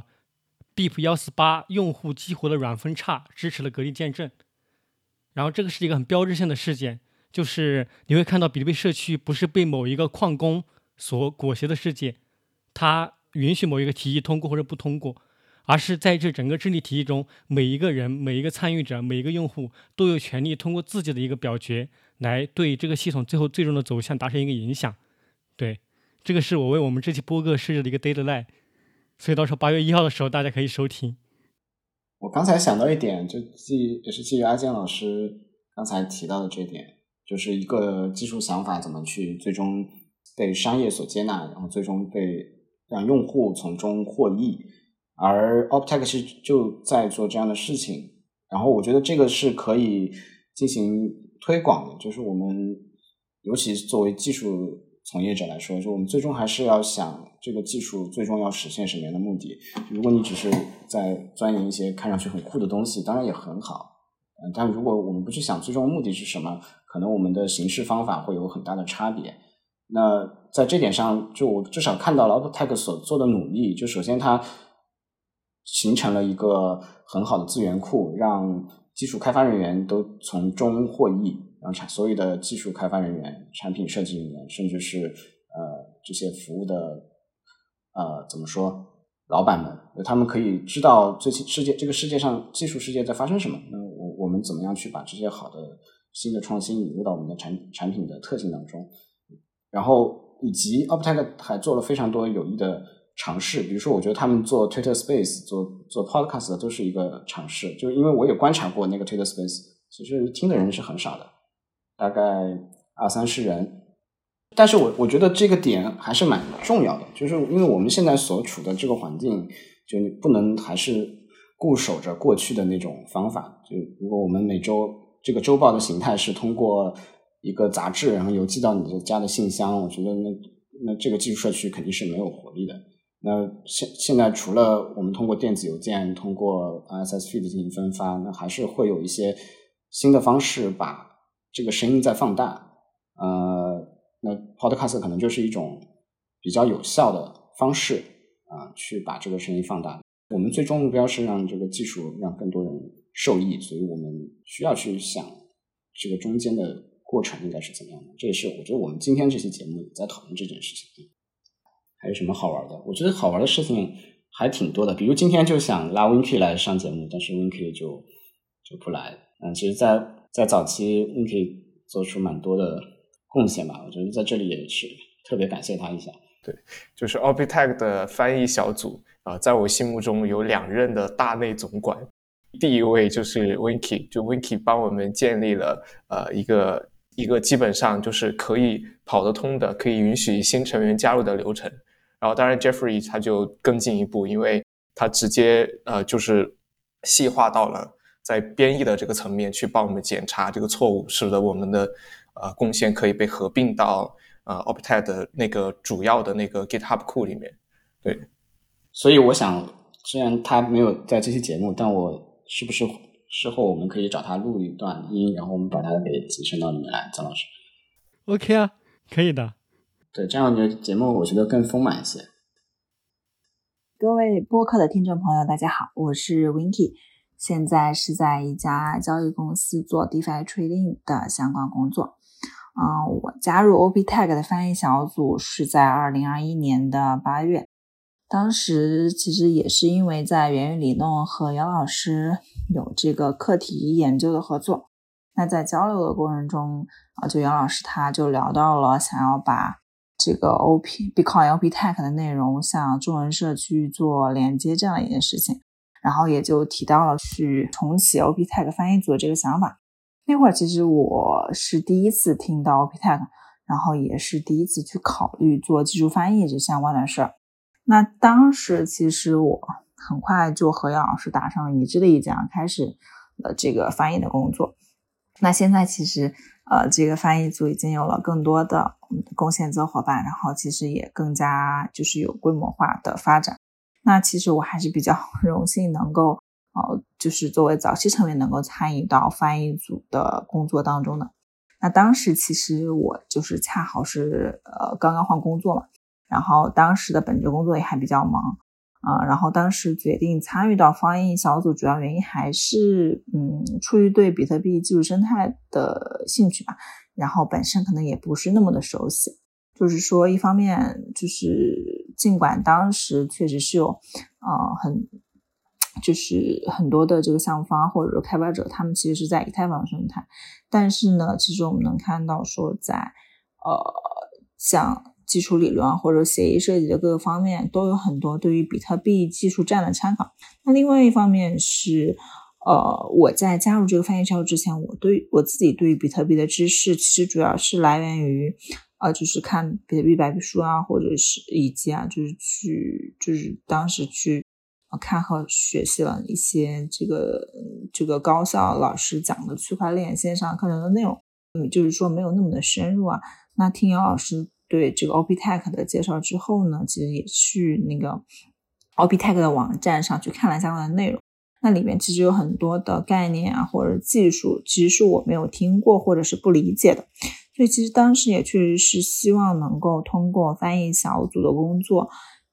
BIP148 用户激活的软分叉，支持了格力见证。然后这个是一个很标志性的事件，就是你会看到比特币社区不是被某一个矿工所裹挟的世界，它允许某一个提议通过或者不通过，而是在这整个治理体系中，每一个人、每一个参与者、每一个用户都有权利通过自己的一个表决来对这个系统最终的走向达成一个影响。对，这个是我为我们这期播客设置的一个 deadline， 所以到时候8月1号的时候大家可以收听。 我刚才想到一点，也是基于阿健老师刚才提到的这一点，就是一个技术想法怎么去最终被商业所接纳，然后最终被让用户从中获益，而 OP-TECH 就在做这样的事情。然后我觉得这个是可以进行推广的，就是我们尤其作为技术从业者来说，就我们最终还是要想这个技术最终要实现什么样的目的。如果你只是在钻研一些看上去很酷的东西，当然也很好，但如果我们不去想最终的目的是什么，可能我们的行事方法会有很大的差别。那在这点上，就我至少看到了 OP-TECH 所做的努力，就首先它形成了一个很好的资源库，让技术开发人员都从中获益，让所有的技术开发人员、产品设计人员，甚至是这些服务的怎么说老板们，他们可以知道这个世界上技术世界在发生什么。那我们怎么样去把这些好的新的创新引入到我们的产品的特性当中？然后以及 OpTech 还做了非常多有益的尝试，比如说我觉得他们做 Twitter Space 做 Podcast 的都是一个尝试，就是因为我也观察过那个 Twitter Space， 其实听的人是很少的，大概20-30人。但是我觉得这个点还是蛮重要的，就是因为我们现在所处的这个环境，就你不能还是固守着过去的那种方法。就如果我们每周这个周报的形态是通过一个杂志然后邮寄到你的家的信箱，我觉得那这个技术社区肯定是没有活力的。那现在除了我们通过电子邮件、通过 RSS feed 进行分发，那还是会有一些新的方式把这个声音再放大。那 podcast 可能就是一种比较有效的方式去把这个声音放大。我们最终目标是让这个技术让更多人受益，所以我们需要去想这个中间的过程应该是怎么样的。这也是我觉得我们今天这期节目也在讨论这件事情。还有什么好玩的？我觉得好玩的事情还挺多的，比如今天就想拉 Winky 来上节目，但是 Winky 就不来。其实在早期 Winky 做出蛮多的贡献吧，我觉得在这里也是特别感谢他一下。 对，就是 OpTech 的翻译小组在我心目中有2任的大内总管。第一位就是 Winky， 就 Winky 帮我们建立了一个基本上就是可以跑得通的，可以允许新成员加入的流程。然后当然 Jeffrey 他就更进一步，因为他直接就是细化到了在编译的这个层面去帮我们检查这个错误，使得我们的贡献可以被合并到OpTech 的那个主要的那个 GitHub 库里面。对， 所以我想虽然他没有在这期节目，但我是不是事后我们可以找他录一段音，然后我们把它给集成到里面来，张老师 OK 啊，可以的。 对，这样的节目我觉得更丰满一些。 各位播客的听众朋友大家好，我是 Winky， 现在是在一家交易公司做 DeFi Trading 的相关工作。我加入 OpTech 的翻译小组是在2021年的8月，当时其实也是因为在元宇理论和姚老师有这个课题研究的合作。那在交流的过程中就姚老师他就聊到了想要把这个 Bitcoin OpTech 的内容向中文社区做连接这样一件事情，然后也就提到了去重启 OpTech 翻译组的这个想法。那会儿其实我是第一次听到 OpTech， 然后也是第一次去考虑做技术翻译这相关的事儿。那当时其实我很快就和姚老师达成了一致的意见，开始了这个翻译的工作。那现在其实这个翻译组已经有了更多的贡献者伙伴，然后其实也更加就是有规模化的发展。那其实我还是比较荣幸能够就是作为早期成员能够参与到翻译组的工作当中的。那当时其实我就是恰好是刚刚换工作嘛，然后当时的本职工作也还比较忙然后当时决定参与到翻译小组，主要原因还是出于对比特币技术生态的兴趣吧，然后本身可能也不是那么的熟悉。就是说一方面就是尽管当时确实是有很多的这个项目方或者说开发者他们其实是在以太坊生态，但是呢其实我们能看到说在像基础理论或者协议设计的各个方面都有很多对于比特币技术站的参考。那另外一方面是我在加入这个翻译小组之前，我自己对于比特币的知识其实主要是来源于就是看比特币白皮书或者是以及就是当时去看和学习了一些这个高校老师讲的区块链线上课程的内容，就是说没有那么的深入那听姚老师对这个 OpTech 的介绍之后呢，其实也去那个 OpTech 的网站上去看了相关的内容。那里面其实有很多的概念或者技术其实是我没有听过或者是不理解的，所以其实当时也确实是希望能够通过翻译小组的工作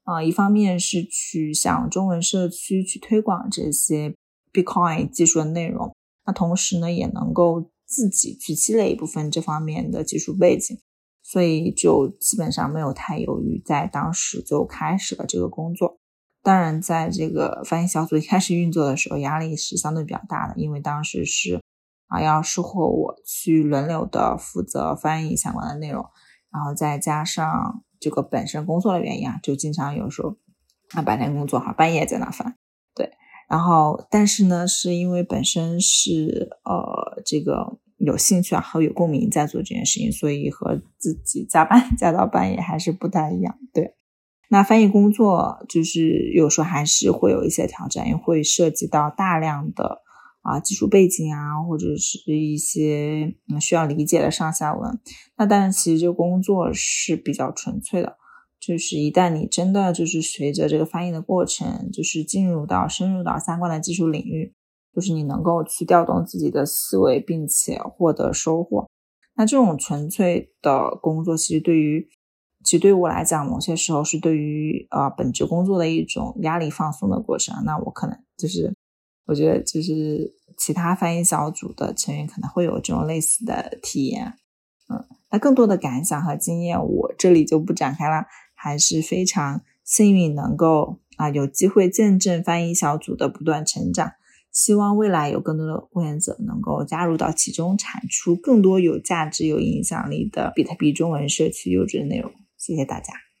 一方面是去向中文社区去推广这些 Bitcoin 技术的内容，那同时呢也能够自己去积累一部分这方面的技术背景，所以就基本上没有太犹豫，在当时就开始了这个工作。当然在这个翻译小组一开始运作的时候，压力是相对比较大的，因为当时是要收获我去轮流的负责翻译相关的内容，然后再加上这个本身工作的原因就经常有时候白天工作半夜在那翻。对，然后但是呢是因为本身是这个有兴趣和有共鸣在做这件事情，所以和自己加班加到半夜还是不太一样。对，那翻译工作就是有时候还是会有一些挑战，因为会涉及到大量的技术背景或者是一些需要理解的上下文。那当然其实这个工作是比较纯粹的，就是一旦你真的就是随着这个翻译的过程，就是深入到相关的技术领域，就是你能够去调动自己的思维并且获得收获。那这种纯粹的工作其实对于我来讲，某些时候是对于本职工作的一种压力放松的过程。那我可能我觉得就是其他翻译小组的成员可能会有这种类似的体验。那更多的感想和经验我这里就不展开了，还是非常幸运能够有机会见证翻译小组的不断成长，希望未来有更多的贡献者能够加入到其中，产出更多有价值有影响力的比特币中文社区优质的内容。谢谢大家。